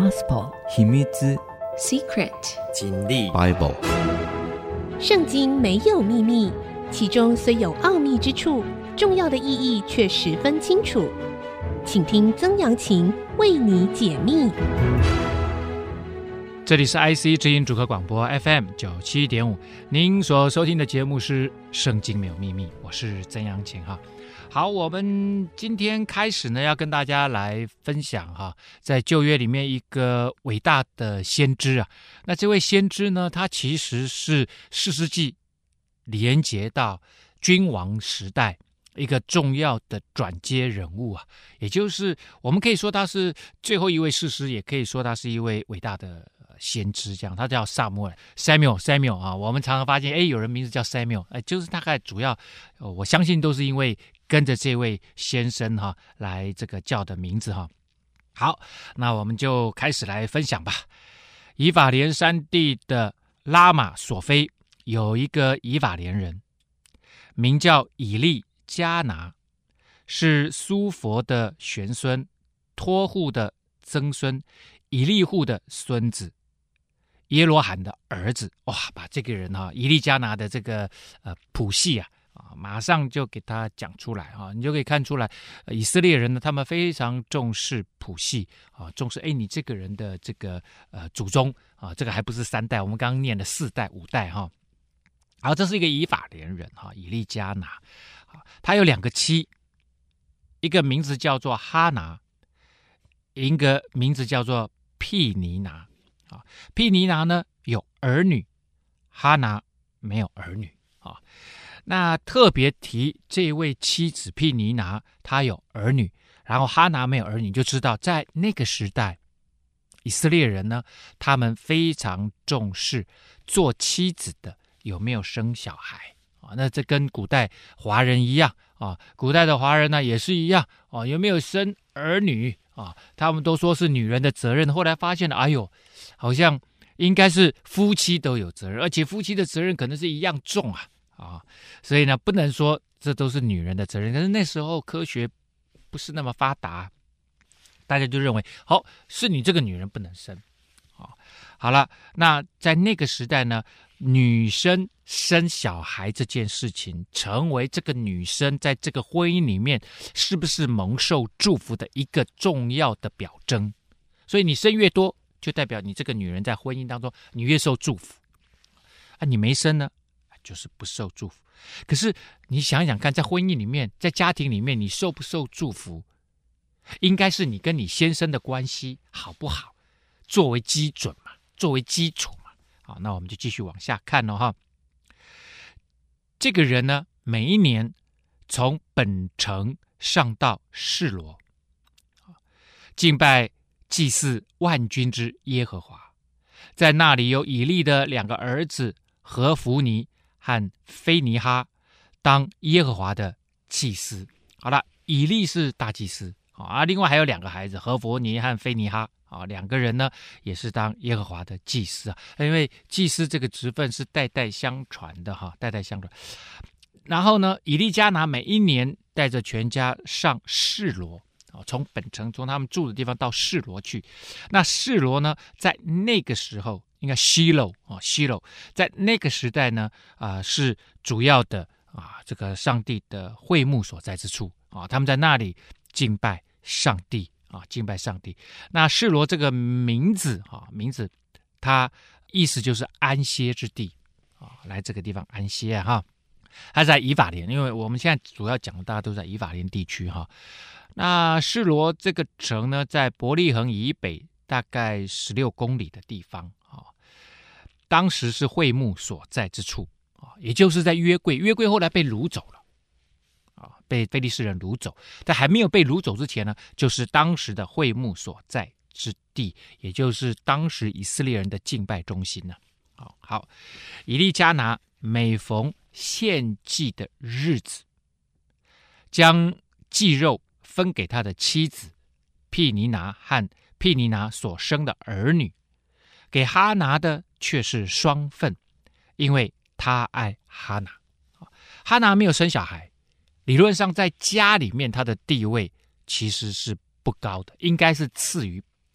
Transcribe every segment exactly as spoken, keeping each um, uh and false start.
Gospel 秘密 Secret 真理 Bible 圣经没有秘密，其中虽有奥秘之处，重要的意义却十分清楚。请听曾阳晴为你解密。 这里是 I C 之音主客广播 F M 九十七点五，您所收听的节目是《圣经没有秘密》，我是曾阳晴哈。好，我们今天开始呢，要跟大家来分享哈，在旧约里面一个伟大的先知啊。那这位先知呢，他其实是士师记连接到君王时代一个重要的转接人物啊，也就是我们可以说他是最后一位士师，也可以说他是一位伟大的先知，这样他叫撒母耳 Samuel Samuel 啊。我们常常发现，哎，有人名字叫 Samuel， 哎，就是大概主要，呃、我相信都是因为跟着这位先生哈、啊、来这个叫的名字哈、啊。好，那我们就开始来分享吧。以法莲山地的拉玛索菲有一个以法莲人，名叫以利加拿，是苏佛的玄孙，托户的曾孙，以利户的孙子，耶罗罕的儿子。哇，把这个人哈、啊，以利加拿的这个呃谱系啊啊，马上就给他讲出来哈、啊，你就可以看出来，呃、以色列人呢，他们非常重视谱系啊，重视哎你这个人的这个呃祖宗啊，这个还不是三代，我们刚刚念的四代五代哈。好，这是一个以法莲人哈，以利加拿，他有两个妻，一个名字叫做哈拿，一个名字叫做毗尼拿。啊，毗尼拿呢有儿女，哈拿没有儿女啊。那特别提这位妻子毗尼拿，她有儿女，然后哈拿没有儿女，就知道在那个时代，以色列人呢，他们非常重视做妻子的有没有生小孩啊。那这跟古代华人一样啊，古代的华人呢也是一样啊，有没有生儿女啊？他们都说是女人的责任，后来发现了，哎呦，好像应该是夫妻都有责任，而且夫妻的责任可能是一样重啊啊，所以呢，不能说这都是女人的责任。但是那时候科学不是那么发达，大家就认为，好，是你这个女人不能生啊。好了，那在那个时代呢，女生生小孩这件事情，成为这个女生在这个婚姻里面是不是蒙受祝福的一个重要的表征。所以你生越多，就代表你这个女人在婚姻当中你越受祝福啊，你没生呢，就是不受祝福。可是你想想看，在婚姻里面，在家庭里面，你受不受祝福，应该是你跟你先生的关系好不好作为基准嘛，作为基础嘛。好，那我们就继续往下看了哈。这个人呢，每一年从本城上到示罗，敬拜祭祀万军之耶和华，在那里有以利的两个儿子何弗尼和菲尼哈当耶和华的祭司。好了，以利是大祭司啊，另外还有两个孩子何弗尼和菲尼哈啊，两个人呢也是当耶和华的祭司啊，因为祭司这个职分是代代相传的哈，代代相传。然后呢，以利加拿每一年带着全家上示罗，从本城从他们住的地方到示罗去。那示罗呢，在那个时候应该希罗啊，希罗在那个时代呢啊、呃、是主要的啊这个上帝的会幕所在之处啊，他们在那里敬拜上帝啊，敬拜上帝。那示罗这个名字啊，名字它意思就是安歇之地啊，来这个地方安歇啊哈。它在以法莲，因为我们现在主要讲的大家都在以法莲地区哈。那示罗这个城呢，在伯利恒以北大概十六公里的地方啊，当时是会幕所在之处啊，也就是在约柜，约柜后来被掳走了啊，被非利士人掳走，在还没有被掳走之前呢，就是当时的会幕所在之地，也就是当时以色列人的敬拜中心呢。好，好，以利加拿每逢献祭的日子，将祭肉分给他的妻子毗尼拿和毗尼拿所生的儿女，给哈拿的却是双份，因为他爱哈拿。哈拿没有生小孩，理论上在家里面他的地位其实是不高的，应该是次于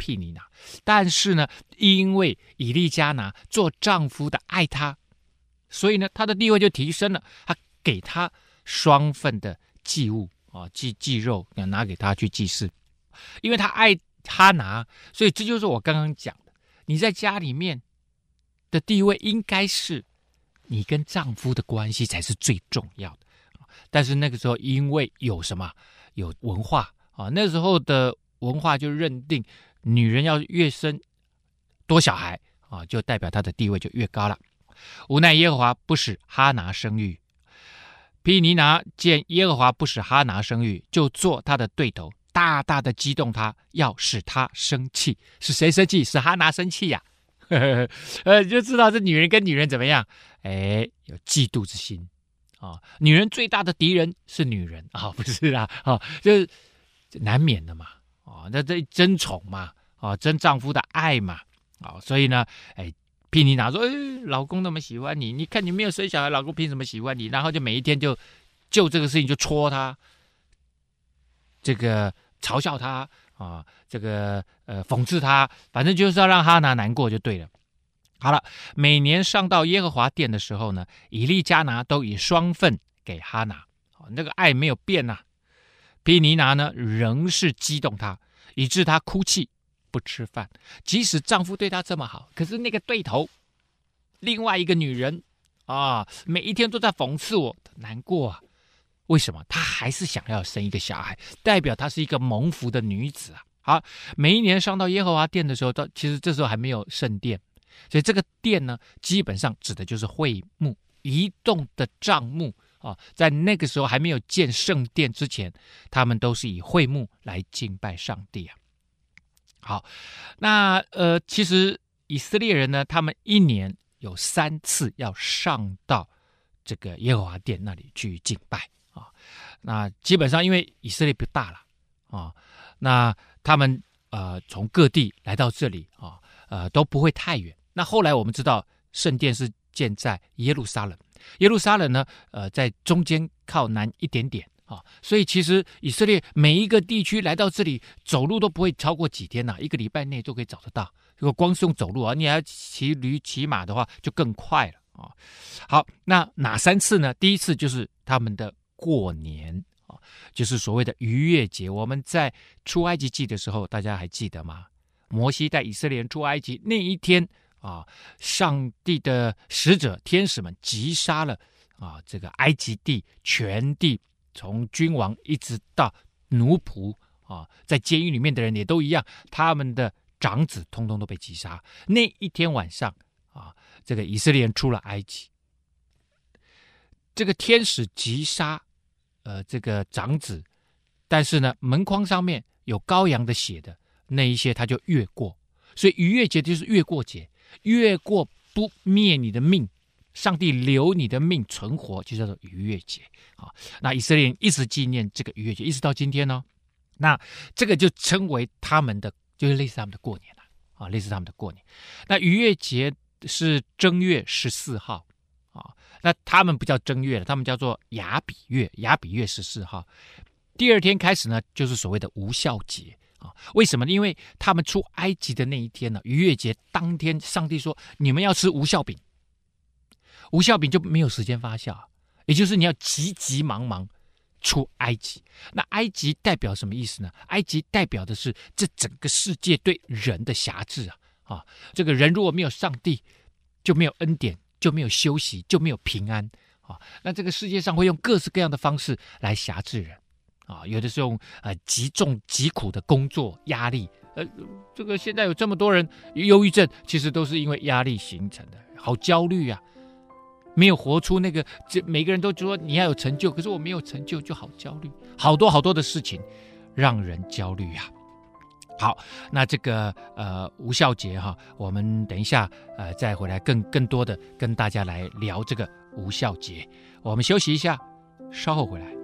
毗尼拿，但是呢，因为以利加拿做丈夫的爱她，所以呢，她的地位就提升了，他给她双份的祭物啊，祭祭肉，拿给她去祭祀，因为他爱哈拿，所以这就是我刚刚讲的，你在家里面的地位应该是你跟丈夫的关系才是最重要的。但是那个时候因为有什么有文化啊，那时候的文化就认定女人要越生多小孩啊，就代表她的地位就越高了。无奈耶和华不使哈拿生育，毗尼拿见耶和华不使哈拿生育，就做他的对头，大大的激动他，要使他生气。是谁生气？是哈拿生气呀、啊！呃，就知道这女人跟女人怎么样？哎，有嫉妒之心啊！女人最大的敌人是女人啊，不是啦啊，就是难免的嘛啊，那这争宠嘛啊，争丈夫的爱嘛啊，所以呢，哎，毗尼拿说：“哎，老公那么喜欢你，你看你没有生小孩，老公凭什么喜欢你？”然后就每一天就就这个事情就戳他，这个嘲笑他啊，这个呃讽刺他，反正就是要让哈拿难过就对了。好了，每年上到耶和华殿的时候呢，以利加拿都以双份给哈拿，那个爱没有变呐、啊。毗尼拿呢，仍是激动他，以致他哭泣不吃饭。即使丈夫对她这么好，可是那个对头，另外一个女人啊，每一天都在讽刺我，难过啊。为什么？她还是想要生一个小孩，代表她是一个蒙福的女子啊。好，每一年上到耶和华殿的时候，到其实这时候还没有圣殿，所以这个殿呢，基本上指的就是会幕，移动的帐幕啊。在那个时候还没有建圣殿之前，他们都是以会幕来敬拜上帝啊。好，那呃，其实以色列人呢，他们一年有三次要上到这个耶和华殿那里去敬拜啊。那基本上因为以色列不大了啊，那他们呃从各地来到这里啊，呃都不会太远。那后来我们知道圣殿是建在耶路撒冷，耶路撒冷呢，呃在中间靠南一点点。啊，所以其实以色列每一个地区来到这里走路都不会超过几天呐、啊，一个礼拜内就可以找得到。如果光是用走路啊，你还要骑驴骑马的话，就更快了啊。好，那哪三次呢？第一次就是他们的过年啊，就是所谓的逾越节。我们在出埃及记的时候，大家还记得吗？摩西带以色列人出埃及那一天啊，上帝的使者天使们击杀了啊这个埃及地全地。从君王一直到奴仆啊，在监狱里面的人也都一样，他们的长子通通都被击杀。那一天晚上啊，这个以色列人出了埃及，这个天使击杀呃这个长子，但是呢门框上面有羔羊的血的那一些他就越过，所以逾越节就是越过节，越过不灭你的命。上帝留你的命存活，就叫做逾越节啊。那以色列人一直纪念这个逾越节，一直到今天呢。那这个就称为他们的，就是类似他们的过年了啊，类似他们的过年。那逾越节是正月十四号啊，那他们不叫正月了，他们叫做亚比月，亚比月十四号。第二天开始呢，就是所谓的无酵节啊。为什么？因为他们出埃及的那一天呢，逾越节当天，上帝说你们要吃无酵饼。无酵饼就没有时间发酵，也就是你要急急忙忙出埃及。那埃及代表什么意思呢？埃及代表的是这整个世界对人的辖制啊！啊，这个人如果没有上帝，就没有恩典，就没有休息，就没有平安啊。那这个世界上会用各式各样的方式来辖制人啊，有的是用呃极重极苦的工作压力，呃，这个现在有这么多人忧郁症，其实都是因为压力形成的，好焦虑啊。没有活出那个，这每个人都说你要有成就，可是我没有成就，就好焦虑，好多好多的事情让人焦虑啊。好，那这个呃无酵节哈，我们等一下呃再回来更更多的跟大家来聊这个无酵节。我们休息一下，稍后回来。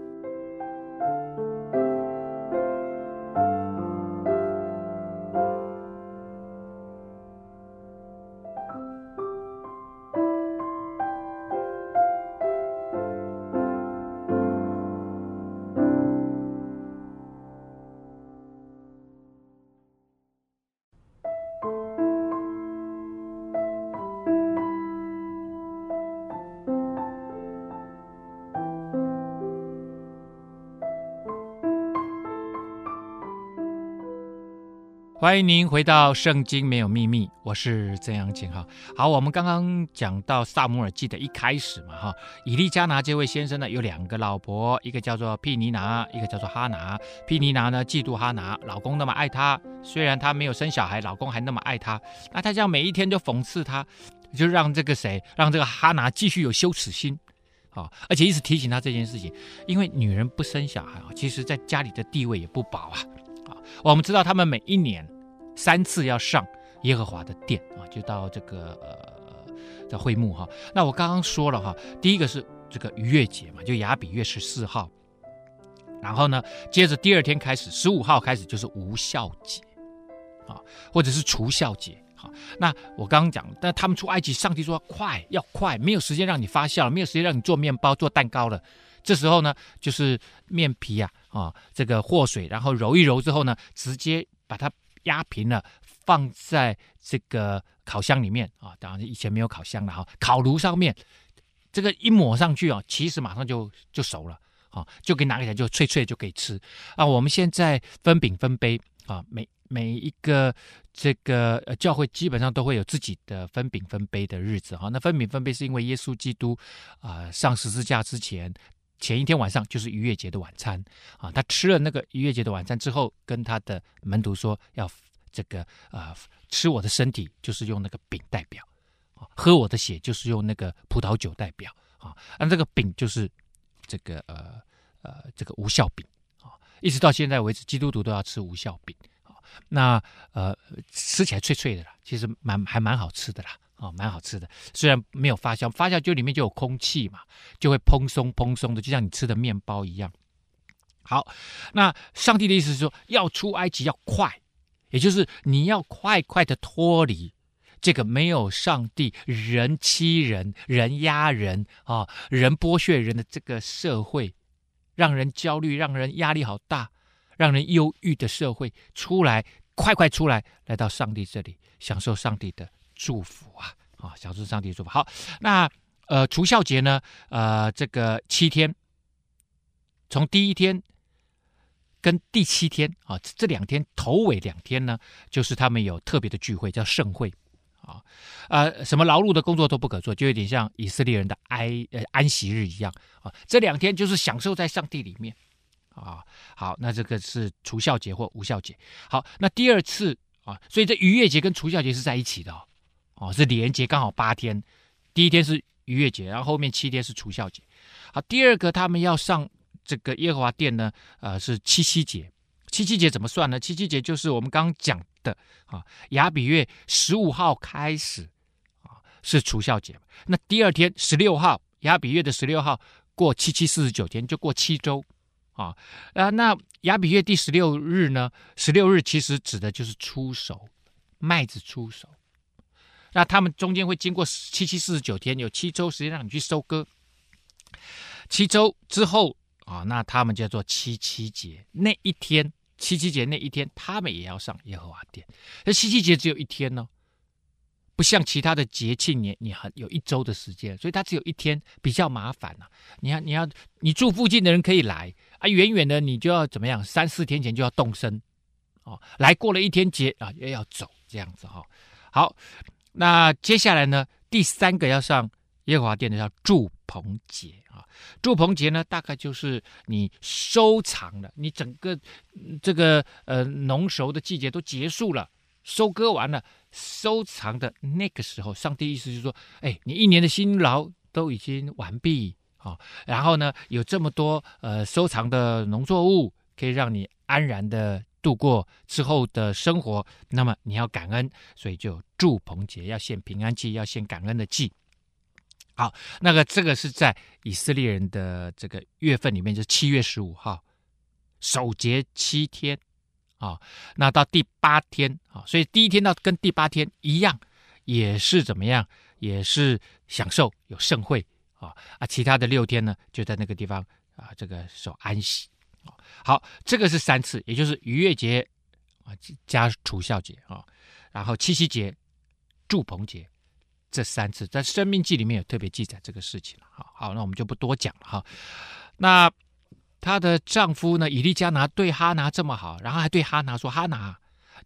欢迎您回到圣经没有秘密，我是曾阳晴哈。好，我们刚刚讲到撒母耳记的一开始嘛哈，以利加拿这位先生呢有两个老婆，一个叫做毗尼拿，一个叫做哈拿。毗尼拿呢嫉妒哈拿，老公那么爱她，虽然她没有生小孩，老公还那么爱她，那她这样每一天就讽刺她，就让这个谁，让这个哈拿继续有羞耻心。哦、而且一直提醒她这件事情，因为女人不生小孩，其实在家里的地位也不保啊。我们知道他们每一年三次要上耶和华的殿啊，就到这个呃在会幕哈。那我刚刚说了哈，第一个是这个逾越节嘛，就亚比月十四号，然后呢，接着第二天开始，十五号开始就是无酵节啊，或者是除酵节。好，那我刚刚讲，但他们出埃及，上帝说快，要快，没有时间让你发酵了，没有时间让你做面包、做蛋糕了。这时候呢，就是面皮啊，啊，这个和水，然后揉一揉之后呢，直接把它压平了，放在这个烤箱里面啊。当然以前没有烤箱了哈，烤炉上面，这个一抹上去啊，其实马上就就熟了啊，就可以拿起来就脆脆就可以吃啊。我们现在分饼分杯啊，每每一个这个呃教会基本上都会有自己的分饼分杯的日子哈。那分饼分杯是因为耶稣基督啊、呃、上十字架之前。前一天晚上就是逾越节的晚餐啊，他吃了那个逾越节的晚餐之后，跟他的门徒说要这个呃吃我的身体，就是用那个饼代表啊；喝我的血，就是用那个葡萄酒代表啊。那这个饼就是这个呃呃这个无酵饼啊，一直到现在为止，基督徒都要吃无酵饼啊。那呃吃起来脆脆的啦，其实蛮还蛮好吃的啦。哦，蛮好吃的，虽然没有发酵，发酵就里面就有空气嘛，就会蓬松蓬松的，就像你吃的面包一样。好，那上帝的意思是说，要出埃及要快，也就是你要快快的脱离这个没有上帝、人欺人、人压人啊、哦、人剥削人的这个社会，让人焦虑、让人压力好大、让人忧郁的社会出来，快快出来，来到上帝这里，享受上帝的祝福啊！啊，享受上帝的祝福。好，那呃，除酵节呢？呃，这个七天，从第一天跟第七天啊，这两天头尾两天呢，就是他们有特别的聚会，叫盛会啊。呃，什么劳碌的工作都不可做，就有点像以色列人的哀呃安息日一样啊。这两天就是享受在上帝里面啊。好，那这个是除酵节或无酵节。好，那第二次啊，所以这逾越节跟除酵节是在一起的哦。哦，是连节刚好八天，第一天是逾越节，然后后面七天是除酵节。好，第二个他们要上这个耶和华殿呢，呃，是七七节。七七节怎么算呢？七七节就是我们刚刚讲的啊，亚比月十五号开始啊是除酵节，那第二天十六号，亚比月的十六号过七七四十九天，就过七周啊。呃，那亚比月第十六日呢？十六日其实指的就是出熟，麦子出熟。那他们中间会经过七七四十九天，有七周时间让你去收割。七周之后啊，那他们叫做七七节。那一天，七七节那一天，他们也要上耶和华殿。那七七节只有一天呢、哦，不像其他的节庆，你你很有一周的时间，所以它只有一天，比较麻烦啊。你要你要你住附近的人可以来啊，远远的你就要怎么样？三四天前就要动身哦，来过了一天节啊，也要走这样子哈、哦。好。那接下来呢？第三个要上耶和华殿的叫住棚节啊。住棚节呢，大概就是你收藏了，你整个这个呃农熟的季节都结束了，收割完了，收藏的那个时候，上帝意思就是说，哎，你一年的辛劳都已经完毕啊，然后呢，有这么多呃收藏的农作物，可以让你安然的度过之后的生活，那么你要感恩，所以就住棚节，要献平安祭，要献感恩的祭。好，那个这个是在以色列人的这个月份里面，就是七月十五号守节七天啊，那到第八天啊，所以第一天到跟第八天一样，也是怎么样，也是享受有盛会啊啊，其他的六天呢，就在那个地方啊，这个守安息。好，这个是三次，也就是逾越节啊加除酵节啊，然后七夕节、住棚节这三次，在《申命记》里面有特别记载这个事情了。好，好，那我们就不多讲了哈。那她的丈夫呢，以利加拿对哈拿这么好，然后还对哈拿说：“哈拿，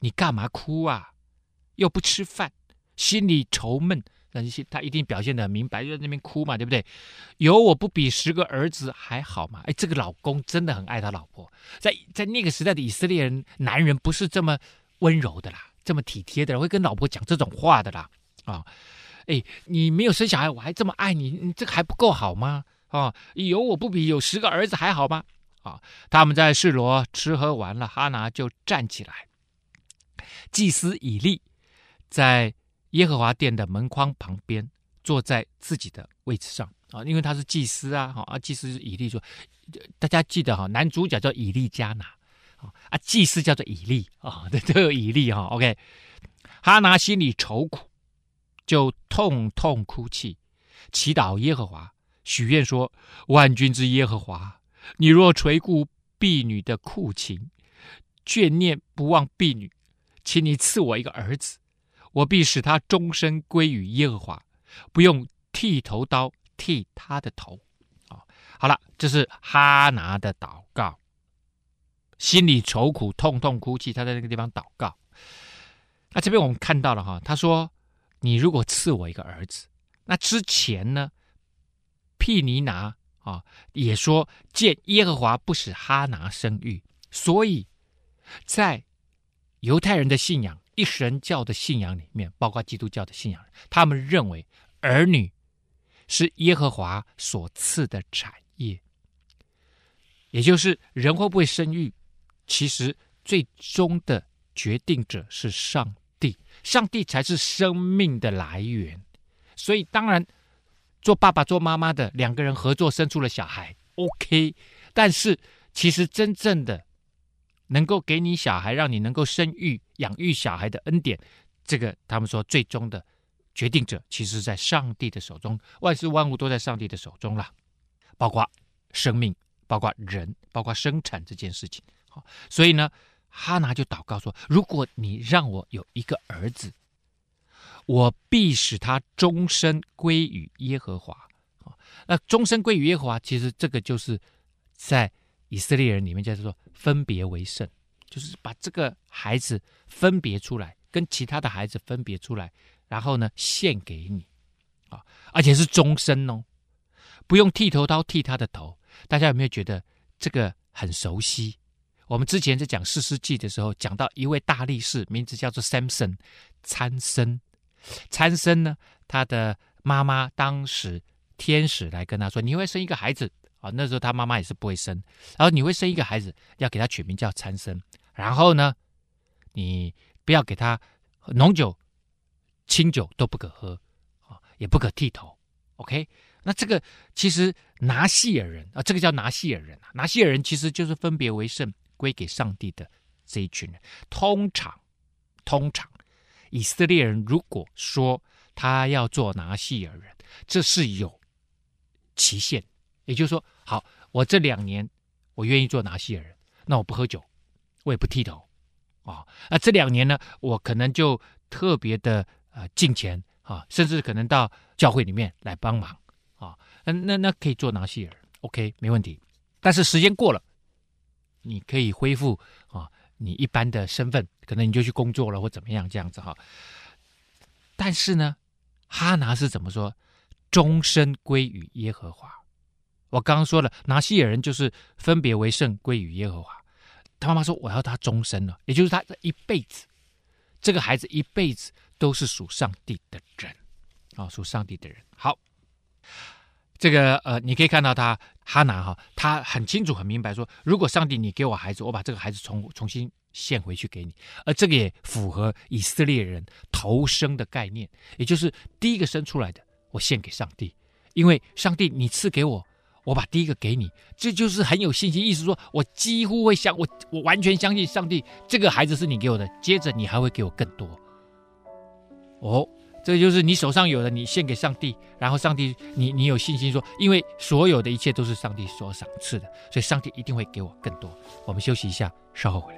你干嘛哭啊？又不吃饭，心里愁闷。但是他一定表现得很明白，就在那边哭嘛，对不对？有我不比十个儿子还好嘛？哎，这个老公真的很爱他老婆。在在那个时代的以色列人，男人不是这么温柔的啦，这么体贴的，会跟老婆讲这种话的啦。啊，哎，你没有生小孩，我还这么爱你，你这个还不够好吗？啊，有我不比有十个儿子还好吗？啊，他们在示罗吃喝完了，哈拿就站起来。祭司以利在耶和华殿的门框旁边，坐在自己的位置上啊，因为他是祭司啊，啊，祭司是以利说，大家记得哈，男主角叫以利加拿啊，祭司叫做以利啊，都有以利哈。OK， 哈拿心里愁苦，就痛痛哭泣，祈祷耶和华，许愿说：万军之耶和华，你若垂顾婢女的苦情，眷念不忘婢女，请你赐我一个儿子。我必使他终身归于耶和华，不用剃头刀剃他的头。哦、好了，这是哈拿的祷告，心里愁苦，痛痛哭泣，他在那个地方祷告。那这边我们看到了哈，他说：你如果赐我一个儿子，那之前呢，毗尼拿啊也说见耶和华不使哈拿生育，所以在犹太人的信仰。一神教的信仰里面，包括基督教的信仰，他们认为儿女是耶和华所赐的产业，也就是人会不会生育，其实最终的决定者是上帝，上帝才是生命的来源。所以当然做爸爸做妈妈的两个人合作生出了小孩 OK， 但是其实真正的能够给你小孩，让你能够生育养育小孩的恩典，这个他们说最终的决定者其实在上帝的手中，万事万物都在上帝的手中了，包括生命，包括人，包括生产这件事情。所以呢，哈拿就祷告说：如果你让我有一个儿子，我必使他终身归于耶和华。那终身归于耶和华，其实这个就是在以色列人里面叫做分别为圣，就是把这个孩子分别出来，跟其他的孩子分别出来，然后呢献给你啊，而且是终身哦，不用剃头刀剃他的头。大家有没有觉得这个很熟悉？我们之前在讲士师记的时候，讲到一位大力士，名字叫做 Samson 参僧。参僧呢，他的妈妈当时天使来跟他说：你会生一个孩子。啊，那时候他妈妈也是不会生，然后你会生一个孩子，要给他取名叫参僧，然后呢，你不要给他浓酒、清酒都不可喝，也不可剃头 ，OK？ 那这个其实拿细尔人啊，这个叫拿细尔人啊，拿细尔人其实就是分别为圣、归给上帝的这一群人。通常，通常以色列人如果说他要做拿细尔人，这是有期限。也就是说，好，我这两年我愿意做拿细尔人，那我不喝酒，我也不剃头啊、哦。那这两年呢，我可能就特别的呃敬虔啊，甚至可能到教会里面来帮忙啊。那那那可以做拿细尔 ，OK， 没问题。但是时间过了，你可以恢复啊你一般的身份，可能你就去工作了或怎么样这样子哈。但是呢，哈拿是怎么说？终身归于耶和华。我刚刚说了，拿细尔人就是分别为圣，归于耶和华。他妈妈说：“我要他终身了，也就是他一辈子，这个孩子一辈子都是属上帝的人啊、哦，属上帝的人。”好，这个呃，你可以看到他哈拿哈，他很清楚、很明白说，如果上帝你给我孩子，我把这个孩子重重新献回去给你，而这个也符合以色列人头生的概念，也就是第一个生出来的，我献给上帝，因为上帝你赐给我。我把第一个给你，这就是很有信心，意思说我几乎会相我我完全相信上帝，这个孩子是你给我的，接着你还会给我更多。哦，这就是你手上有的，你献给上帝，然后上帝你你有信心说，因为所有的一切都是上帝所赏赐的，所以上帝一定会给我更多。我们休息一下，稍后回来。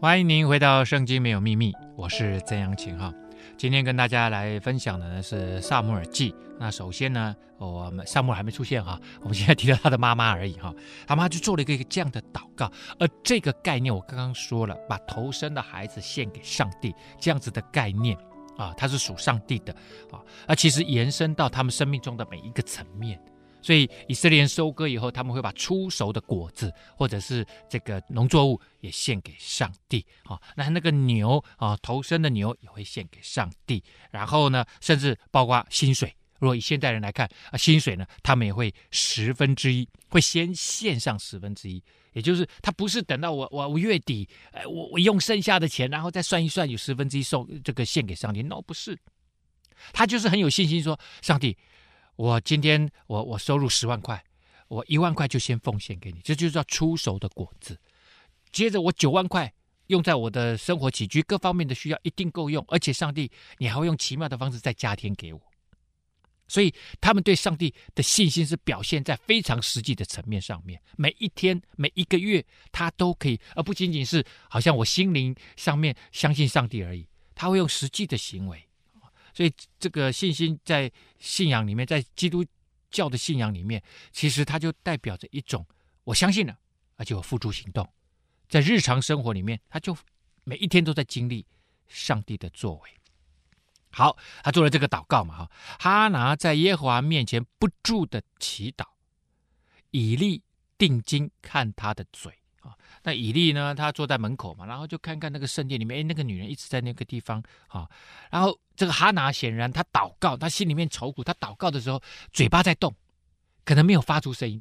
欢迎您回到《圣经没有秘密》，我是曾阳晴哈。今天跟大家来分享的呢是撒母耳记。那首先呢，我们撒母耳还没出现哈，我们现在提到他的妈妈而已哈。他妈就做了一个这样的祷告，而这个概念我刚刚说了，把头生的孩子献给上帝，这样子的概念啊，它是属上帝的啊。而其实延伸到他们生命中的每一个层面。所以以色列人收割以后，他们会把初熟的果子或者是这个农作物也献给上帝啊。那那个牛啊，头生的牛也会献给上帝。然后呢，甚至包括薪水，如果以现代人来看啊，薪水呢，他们也会十分之一，会先献上十分之一。也就是他不是等到我我我月底，哎，我我用剩下的钱，然后再算一算，有十分之一送这个献给上帝。no， 不是，他就是很有信心说，上帝。我今天我我收入十万块，我一万块就先奉献给你，这就叫出熟的果子。接着我九万块用在我的生活起居各方面的需要一定够用，而且上帝你还会用奇妙的方式再加添给我。所以他们对上帝的信心是表现在非常实际的层面上面，每一天每一个月他都可以，而不仅仅是好像我心灵上面相信上帝而已，他会用实际的行为。所以这个信心在信仰里面，在基督教的信仰里面，其实它就代表着一种我相信了，而且我付诸行动。在日常生活里面，他就每一天都在经历上帝的作为。好，他做了这个祷告嘛，哈拿在耶和华面前不住的祈祷，以利定睛看他的嘴。那以利呢，他坐在门口嘛，然后就看看那个圣殿里面，哎，那个女人一直在那个地方啊。然后这个哈拿显然他祷告，他心里面愁苦，他祷告的时候嘴巴在动，可能没有发出声音，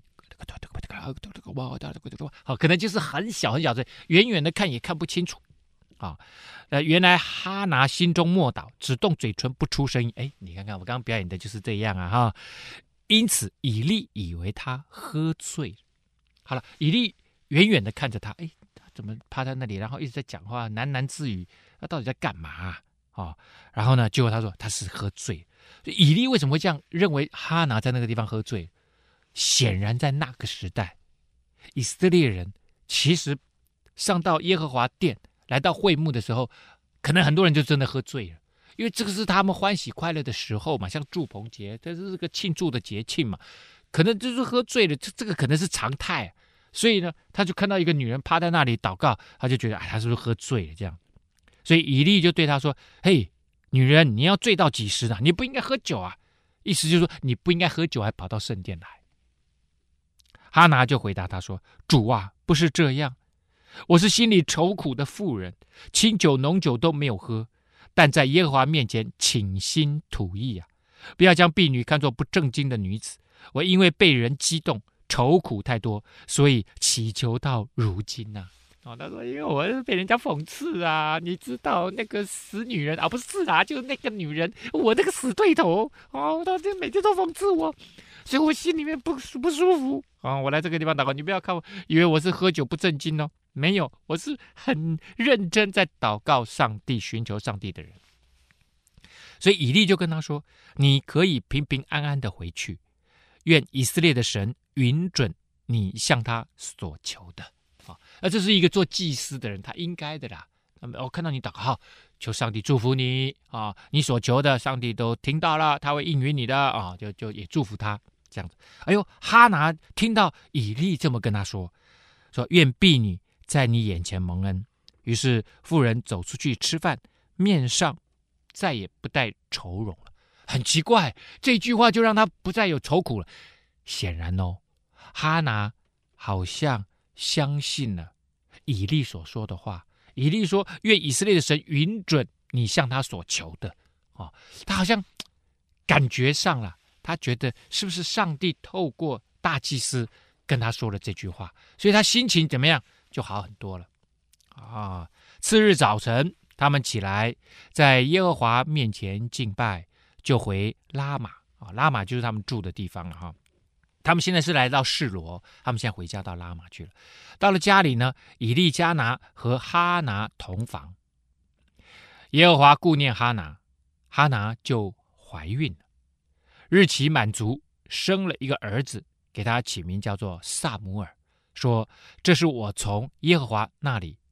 好，可能就是很小很小的，远远的看也看不清楚啊。呃，原来哈拿心中默祷，只动嘴唇不出声音。哎，你看看我刚刚表演的就是这样啊哈。因此以利以为他喝醉了。好了，以利远远的看着他，哎，他怎么趴在那里，然后一直在讲话，喃喃自语，他到底在干嘛啊？哦，然后呢，结果他说他是喝醉。以利为什么会这样认为哈拿在那个地方喝醉？显然在那个时代，以色列人其实上到耶和华殿，来到会幕的时候，可能很多人就真的喝醉了，因为这个是他们欢喜快乐的时候嘛，像祝棚节，这是个庆祝的节庆嘛，可能就是喝醉了，这这个可能是常态、啊。所以呢，他就看到一个女人趴在那里祷告，他就觉得，哎，他是不是喝醉了这样？所以以利就对他说：“嘿，女人，你要醉到几时呢？你不应该喝酒啊！”意思就是说，你不应该喝酒，还跑到圣殿来。哈拿就回答他说：“主啊，不是这样，我是心里愁苦的妇人，清酒浓酒都没有喝，但在耶和华面前倾心吐意啊！不要将婢女看作不正经的女子，我因为被人激动。”愁苦太多，所以祈求到如今呐、啊。哦，他说：“因为我被人家讽刺啊，你知道那个死女人啊，不是啊，就是那个女人，我那个死对头哦，他就每天都讽刺我，所以我心里面不不舒服啊。我来这个地方祷告，你不要看我，以为我是喝酒不正经哦，没有，我是很认真在祷告上帝，寻求上帝的人。所以以利就跟他说：你可以平平安安的回去，愿以色列的神允准你向他所求的。啊，那这是一个做祭司的人，他应该的啦。那么我看到你祷告，好，求上帝祝福你啊，你所求的，上帝都听到了，他会应允你的啊，就就也祝福他这样子。哎呦，哈拿听到以利这么跟他说，说愿婢女在你眼前蒙恩。于是妇人走出去吃饭，面上再也不带愁容了。很奇怪，这句话就让他不再有愁苦了。显然哦，哈拿好像相信了以利所说的话。以利说：愿以色列的神允准你向他所求的。哦，他好像感觉上了，他觉得是不是上帝透过大祭司跟他说了这句话，所以他心情怎么样就好很多了。啊，次日早晨，他们起来，在耶和华面前敬拜，就回拉玛。啊，拉玛就是他们住的地方了哈。他们现在是来到示罗，他们现在回家到拉玛去了。到了家里呢，以利加拿和哈拿同房。耶和华顾念哈拿，哈拿就怀孕了。日期满足，生了一个儿子，给他起名叫做撒母耳，说：这是我从耶和华那里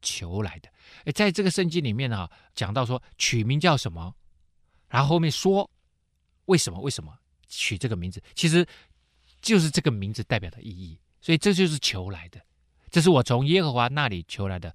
求来的。诶在这个圣经里面啊，讲到说取名叫什么，然后后面说为什么为什么取这个名字，其实就是这个名字代表的意义，所以这就是求来的。这是我从耶和华那里求来的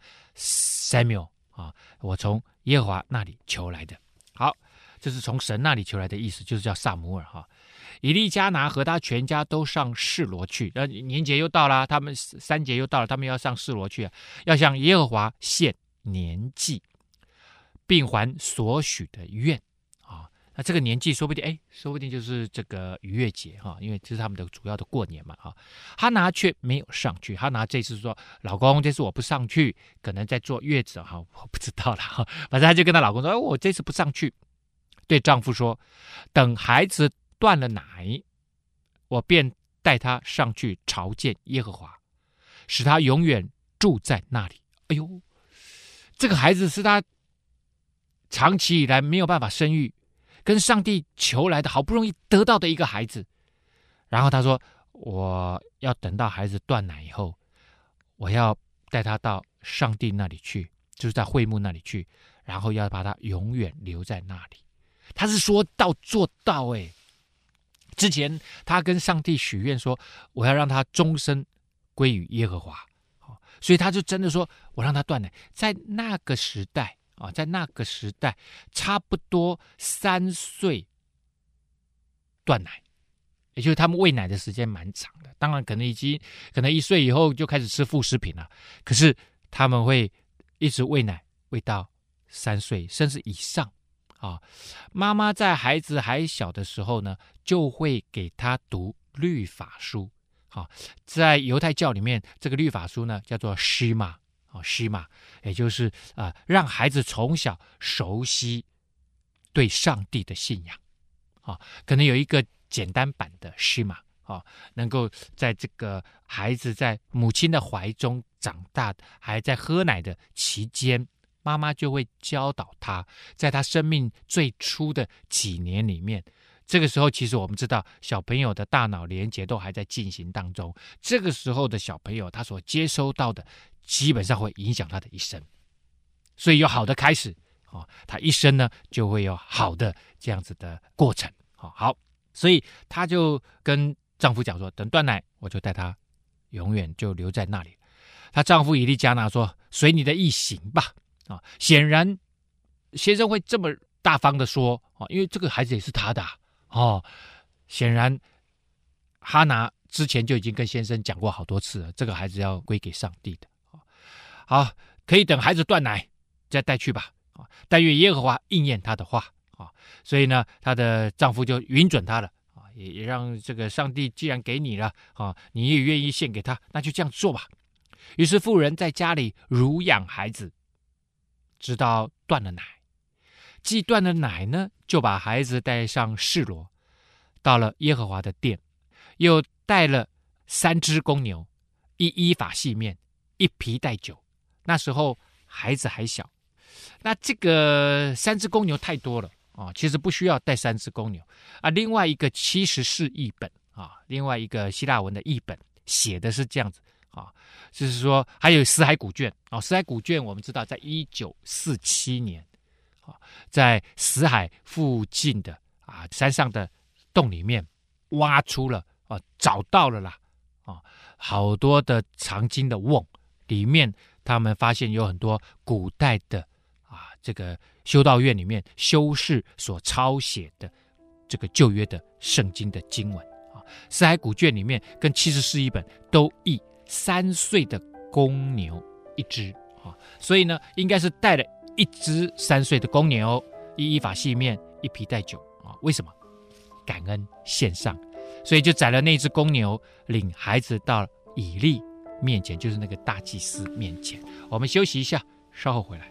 Samuel 啊，我从耶和华那里求来的。好，这是从神那里求来的意思，就是叫撒母耳哈。以利加拿和他全家都上示罗去，呃，年节又到了，他们三节又到了，他们要上示罗去、啊，要向耶和华献年祭，并还所许的愿啊。那这个年祭说不定，哎，说不定就是这个逾越节哈、啊，因为这是他们的主要的过年嘛哈、啊。哈拿却没有上去，哈拿这次说：“老公，这次我不上去，可能在坐月子哈、啊，我不知道了哈。反正他就跟他老公说：‘哎，我这次不上去。’对丈夫说：‘等孩子断了奶，我便带他上去朝见耶和华，使他永远住在那里。’哎呦，这个孩子是他长期以来没有办法生育，跟上帝求来的，好不容易得到的一个孩子。然后他说：我要等到孩子断奶以后，我要带他到上帝那里去，就是在会幕那里去，然后要把他永远留在那里。他是说到做到哎。之前他跟上帝许愿说，我要让他终身归于耶和华，所以他就真的说我让他断奶。在那个时代啊，在那个时代，差不多三岁断奶，也就是他们喂奶的时间蛮长的。当然，可能已经可能一岁以后就开始吃副食品了，可是他们会一直喂奶，喂到三岁甚至以上。啊，妈妈在孩子还小的时候呢，就会给他读律法书。啊，在犹太教里面，这个律法书呢叫做西玛，啊，西玛，也就是啊、呃，让孩子从小熟悉对上帝的信仰。啊，可能有一个简单版的西玛，啊，能够在这个孩子在母亲的怀中长大，还在喝奶的期间。妈妈就会教导他，在他生命最初的几年里面，这个时候其实我们知道小朋友的大脑连结都还在进行当中，这个时候的小朋友他所接收到的基本上会影响他的一生，所以有好的开始、哦、他一生呢就会有好的这样子的过程、哦、好，所以他就跟丈夫讲说，等断奶我就带他永远就留在那里。她丈夫以利加拿说，随你的意行吧。啊，显然先生会这么大方的说啊，因为这个孩子也是他的啊。哦，显然哈拿之前就已经跟先生讲过好多次了，这个孩子要归给上帝的。好，可以等孩子断奶再带去吧。啊，但愿耶和华应验他的话啊。所以呢，她的丈夫就允准她了啊，也也让这个上帝既然给你了啊，你也愿意献给他，那就这样做吧。于是妇人在家里乳养孩子。直到断了奶，既断了奶呢，就把孩子带上示罗，到了耶和华的殿，又带了三只公牛，一依法细面，一皮带酒。那时候孩子还小，那这个三只公牛太多了啊，其实不需要带三只公牛啊。另外一个七十士译本啊，另外一个希腊文的译本写的是这样子。啊，就是说还有死海古卷啊，死海古卷我们知道，在一九四七年啊，在死海附近的啊山上的洞里面挖出了啊，找到了啦啊，好多的藏经的瓮，里面他们发现有很多古代的啊这个修道院里面修士所抄写的这个旧约的圣经的经文啊，死海古卷里面跟七十士译本都译。三岁的公牛一只啊，所以呢，应该是带了一只三岁的公牛，一依法细面，一皮带酒啊。为什么？感恩献上，所以就宰了那只公牛，领孩子到以利面前，就是那个大祭司面前。我们休息一下，稍后回来。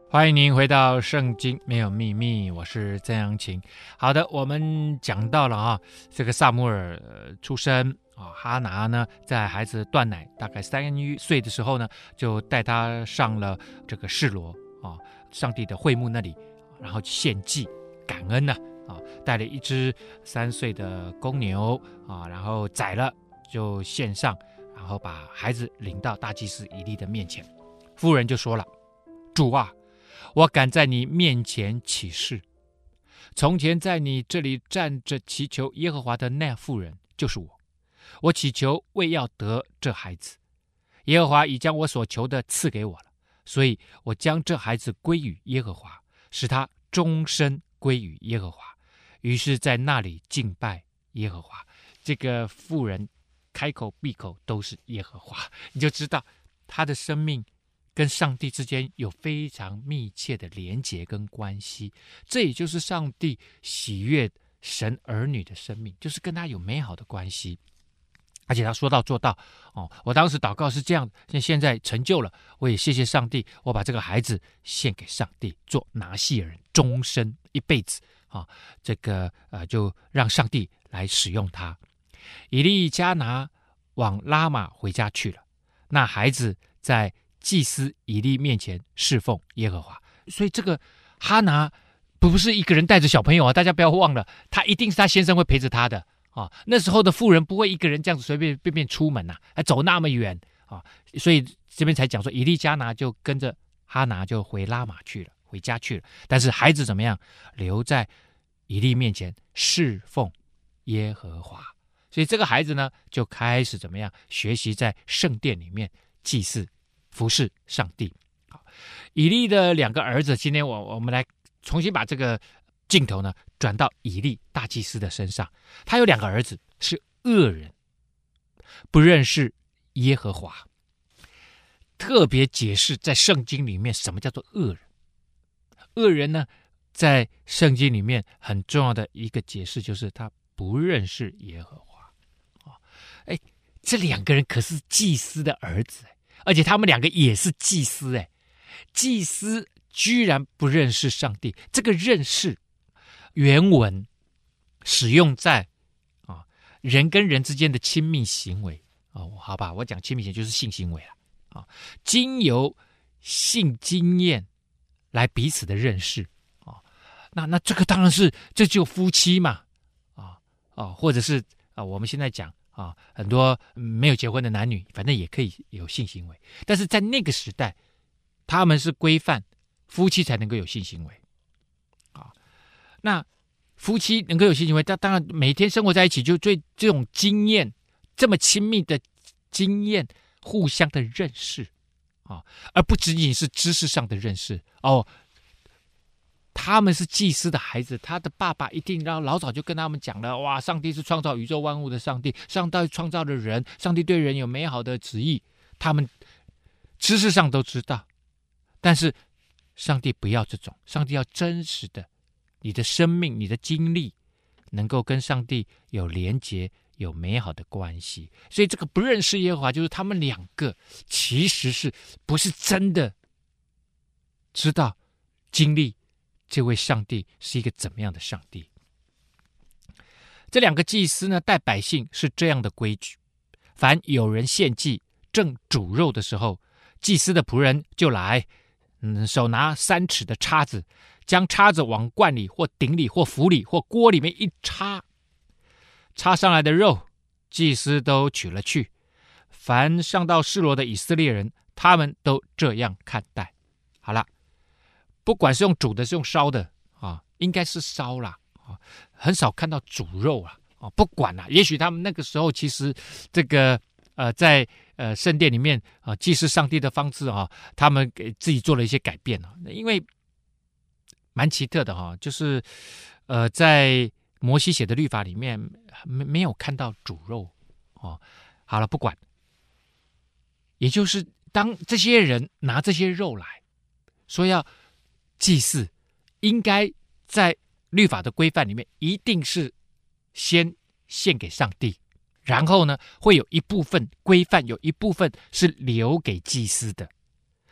欢迎您回到圣经没有秘密，我是曾阳晴。好的，我们讲到了啊，这个撒母耳、呃、出生啊，哈拿呢在孩子断奶大概三岁的时候呢，就带他上了这个示罗啊，上帝的会幕那里，然后献祭感恩呢啊，带了一只三岁的公牛啊，然后宰了就献上，然后把孩子领到大祭司以利的面前。妇人就说了：“主啊，我敢在你面前起誓，从前在你这里站着祈求耶和华的那妇人就是我。我祈求为要得这孩子，耶和华已将我所求的赐给我了，所以我将这孩子归于耶和华，使他终身归于耶和华。”于是在那里敬拜耶和华。这个妇人开口闭口都是耶和华，你就知道他的生命跟上帝之间有非常密切的连结跟关系。这也就是上帝喜悦神儿女的生命，就是跟他有美好的关系。而且他说到做到哦，我当时祷告是这样，现在成就了，我也谢谢上帝，我把这个孩子献给上帝做拿细耳人，终身一辈子啊、哦，这个呃就让上帝来使用他。以利加拿往拉玛回家去了，那孩子在祭司以利面前侍奉耶和华。所以这个哈拿不是一个人带着小朋友啊，大家不要忘了，他一定是他先生会陪着他的啊。那时候的妇人不会一个人这样子随便便便出门啊，还走那么远啊。所以这边才讲说，以利加拿就跟着哈拿就回拉玛去了，回家去了。但是孩子怎么样？留在以利面前侍奉耶和华。所以这个孩子呢，就开始怎么样？学习在圣殿里面祭祀服侍上帝。好，以利的两个儿子，今天我我们来重新把这个镜头呢转到以利大祭司的身上。他有两个儿子是恶人，不认识耶和华。特别解释在圣经里面什么叫做恶人。恶人呢，在圣经里面很重要的一个解释就是他不认识耶和华。哎，这两个人可是祭司的儿子，而且他们两个也是祭司。哎，祭司居然不认识上帝，这个认识原文使用在啊人跟人之间的亲密行为哦，好吧，我讲亲密行为就是性行为了啊，经由性经验来彼此的认识啊，那那这个当然是这就夫妻嘛啊啊，或者是啊我们现在讲。啊，很多没有结婚的男女，反正也可以有性行为，但是在那个时代，他们是规范夫妻才能够有性行为。啊，那夫妻能够有性行为，但当然每天生活在一起，就对这种经验，这么亲密的经验，互相的认识啊，而不仅仅是知识上的认识哦。他们是祭司的孩子，他的爸爸一定要老早就跟他们讲了，哇，上帝是创造宇宙万物的上帝，上帝创造了人，上帝对人有美好的旨意，他们知识上都知道。但是上帝不要这种，上帝要真实的，你的生命你的经历能够跟上帝有连结，有美好的关系。所以这个不认识耶和华，就是他们两个其实是不是真的知道经历这位上帝是一个怎么样的上帝。这两个祭司呢，带百姓是这样的规矩：凡有人献祭正煮肉的时候，祭司的仆人就来，嗯，手拿三尺的叉子，将叉子往罐里或鼎里或釜里或锅里面一插，插上来的肉，祭司都取了去。凡上到示罗的以色列人，他们都这样看待。好了。不管是用煮的是用烧的啊，应该是烧啦啊，很少看到煮肉啦啊。不管啦，也许他们那个时候其实这个呃在呃圣殿里面啊祭祀上帝的方式啊，他们给自己做了一些改变啊，因为蛮奇特的哈、啊，就是呃在摩西写的律法里面没没有看到煮肉哦。好了，不管，也就是当这些人拿这些肉来说要祭祀，应该在律法的规范里面一定是先献给上帝，然后呢会有一部分规范，有一部分是留给祭司的。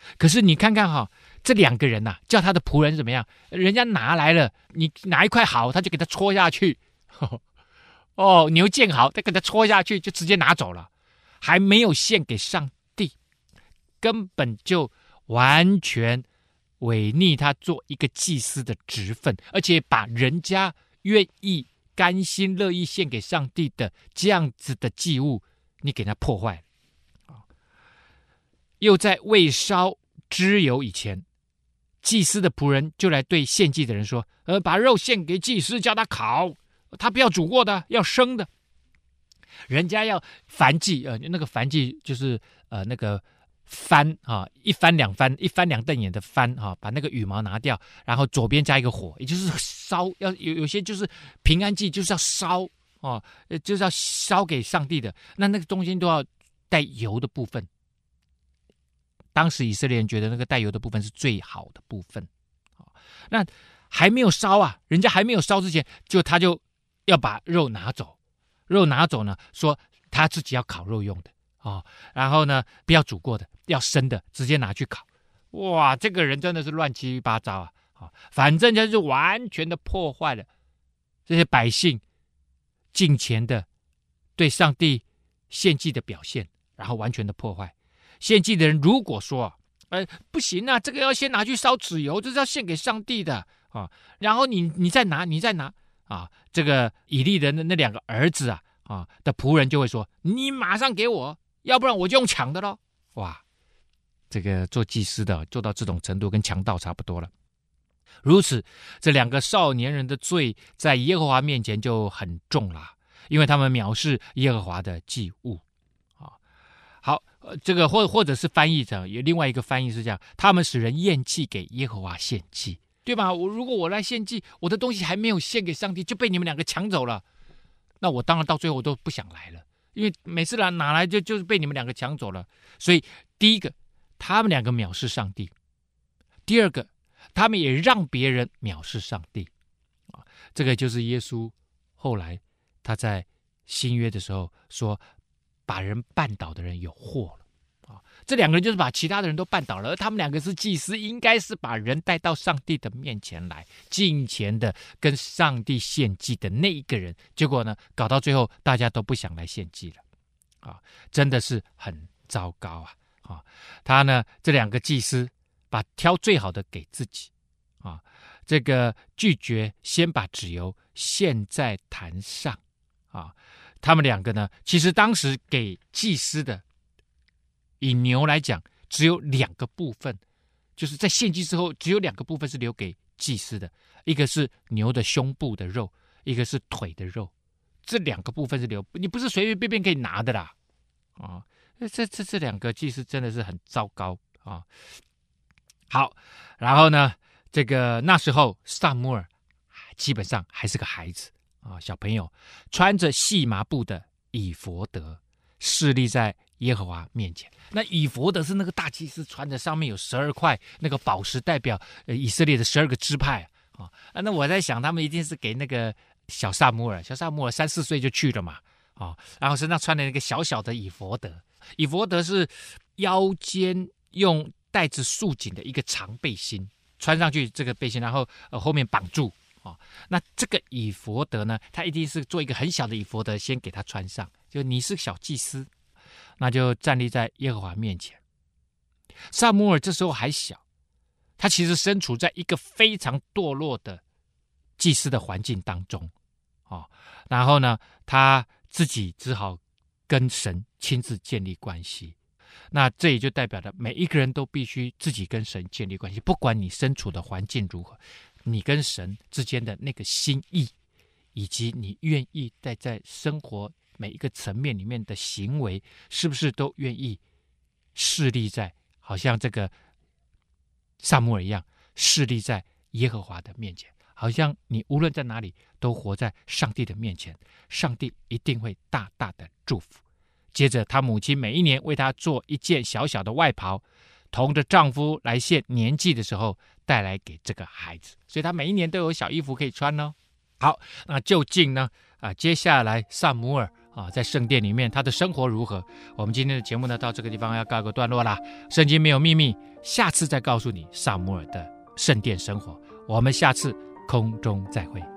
可是你看看哈、哦，这两个人呐、啊，叫他的仆人怎么样？人家拿来了，你拿一块好，他就给他戳下去。哦，牛见好，他给他戳下去，就直接拿走了，还没有献给上帝，根本就完全违逆他做一个祭司的职分，而且把人家愿意甘心乐意献给上帝的这样子的祭物，你给他破坏了。又在未烧脂油以前，祭司的仆人就来对献祭的人说：呃，把肉献给祭司，叫他烤，他不要煮过的，要生的。人家要燔祭，呃，那个燔祭就是呃那个翻啊，一翻两翻，一翻两瞪眼的翻啊，把那个羽毛拿掉，然后左边加一个火，也就是烧，要有有些就是平安祭就是要烧哦，就是要烧给上帝的，那那个中间都要带油的部分。当时以色列人觉得那个带油的部分是最好的部分，那还没有烧啊，人家还没有烧之前，就他就要把肉拿走，肉拿走呢，说他自己要烤肉用的啊、哦，然后呢不要煮过的，要生的，直接拿去烤。哇，这个人真的是乱七八糟啊！啊、哦，反正就是完全的破坏了这些百姓敬虔的对上帝献祭的表现，然后完全的破坏。献祭的人如果说，呃，不行啊，这个要先拿去烧脂油，这是要献给上帝的啊。然后你你再拿，你再拿啊，这个以利的那那两个儿子啊啊的仆人就会说，你马上给我，要不然我就用抢的咯。哇，这个做祭司的做到这种程度，跟强盗差不多了。如此，这两个少年人的罪在耶和华面前就很重了，因为他们藐视耶和华的祭物。好，呃，这个或或者是翻译成有另外一个翻译是这样：他们使人厌弃给耶和华献祭，对吧？我如果我来献祭，我的东西还没有献给上帝，就被你们两个抢走了，那我当然到最后我都不想来了，因为每次来拿来就就是被你们两个抢走了。所以第一个，他们两个藐视上帝；第二个，他们也让别人藐视上帝。啊，这个就是耶稣后来他在新约的时候说，把人绊倒的人有祸了啊！这两个人就是把其他的人都绊倒了，而他们两个是祭司，应该是把人带到上帝的面前来，敬虔的跟上帝献祭的那一个人。结果呢，搞到最后大家都不想来献祭了啊！真的是很糟糕啊！啊，他呢这两个祭司把挑最好的给自己啊，这个拒绝先把脂油献在坛上啊。他们两个呢，其实当时给祭司的，以牛来讲，只有两个部分，就是在献祭之后，只有两个部分是留给祭司的，一个是牛的胸部的肉，一个是腿的肉，这两个部分是留，你不是随随便便可以拿的啦，啊，这这这两个祭司真的是很糟糕啊。好，然后呢，这个那时候撒母耳基本上还是个孩子。啊，小朋友穿着细麻布的以弗得侍立在耶和华面前。那以弗得是那个大祭司穿着，上面有十二块那个宝石，代表呃以色列的十二个支派啊。那我在想，他们一定是给那个小撒母耳，小撒母耳三四岁就去了嘛，啊，然后身上穿的那个小小的以弗得，以弗得是腰间用带子束紧的一个长背心，穿上去这个背心，然后呃后面绑住。哦、那这个以弗得呢，他一定是做一个很小的以弗得，先给他穿上，就你是小祭司，那就站立在耶和华面前。撒母耳这时候还小，他其实身处在一个非常堕落的祭司的环境当中、哦、然后呢他自己只好跟神亲自建立关系。那这也就代表了每一个人都必须自己跟神建立关系，不管你身处的环境如何，你跟神之间的那个心意，以及你愿意在在生活每一个层面里面的行为，是不是都愿意侍立在好像这个撒母耳一样，侍立在耶和华的面前，好像你无论在哪里都活在上帝的面前，上帝一定会大大的祝福。接着他母亲每一年为他做一件小小的外袍，同着丈夫来献年祭的时候带来给这个孩子，所以他每一年都有小衣服可以穿哦。好，那究竟呢啊，接下来撒母耳啊，在圣殿里面他的生活如何。我们今天的节目呢，到这个地方要告个段落啦。圣经没有秘密，下次再告诉你撒母耳的圣殿生活。我们下次空中再会。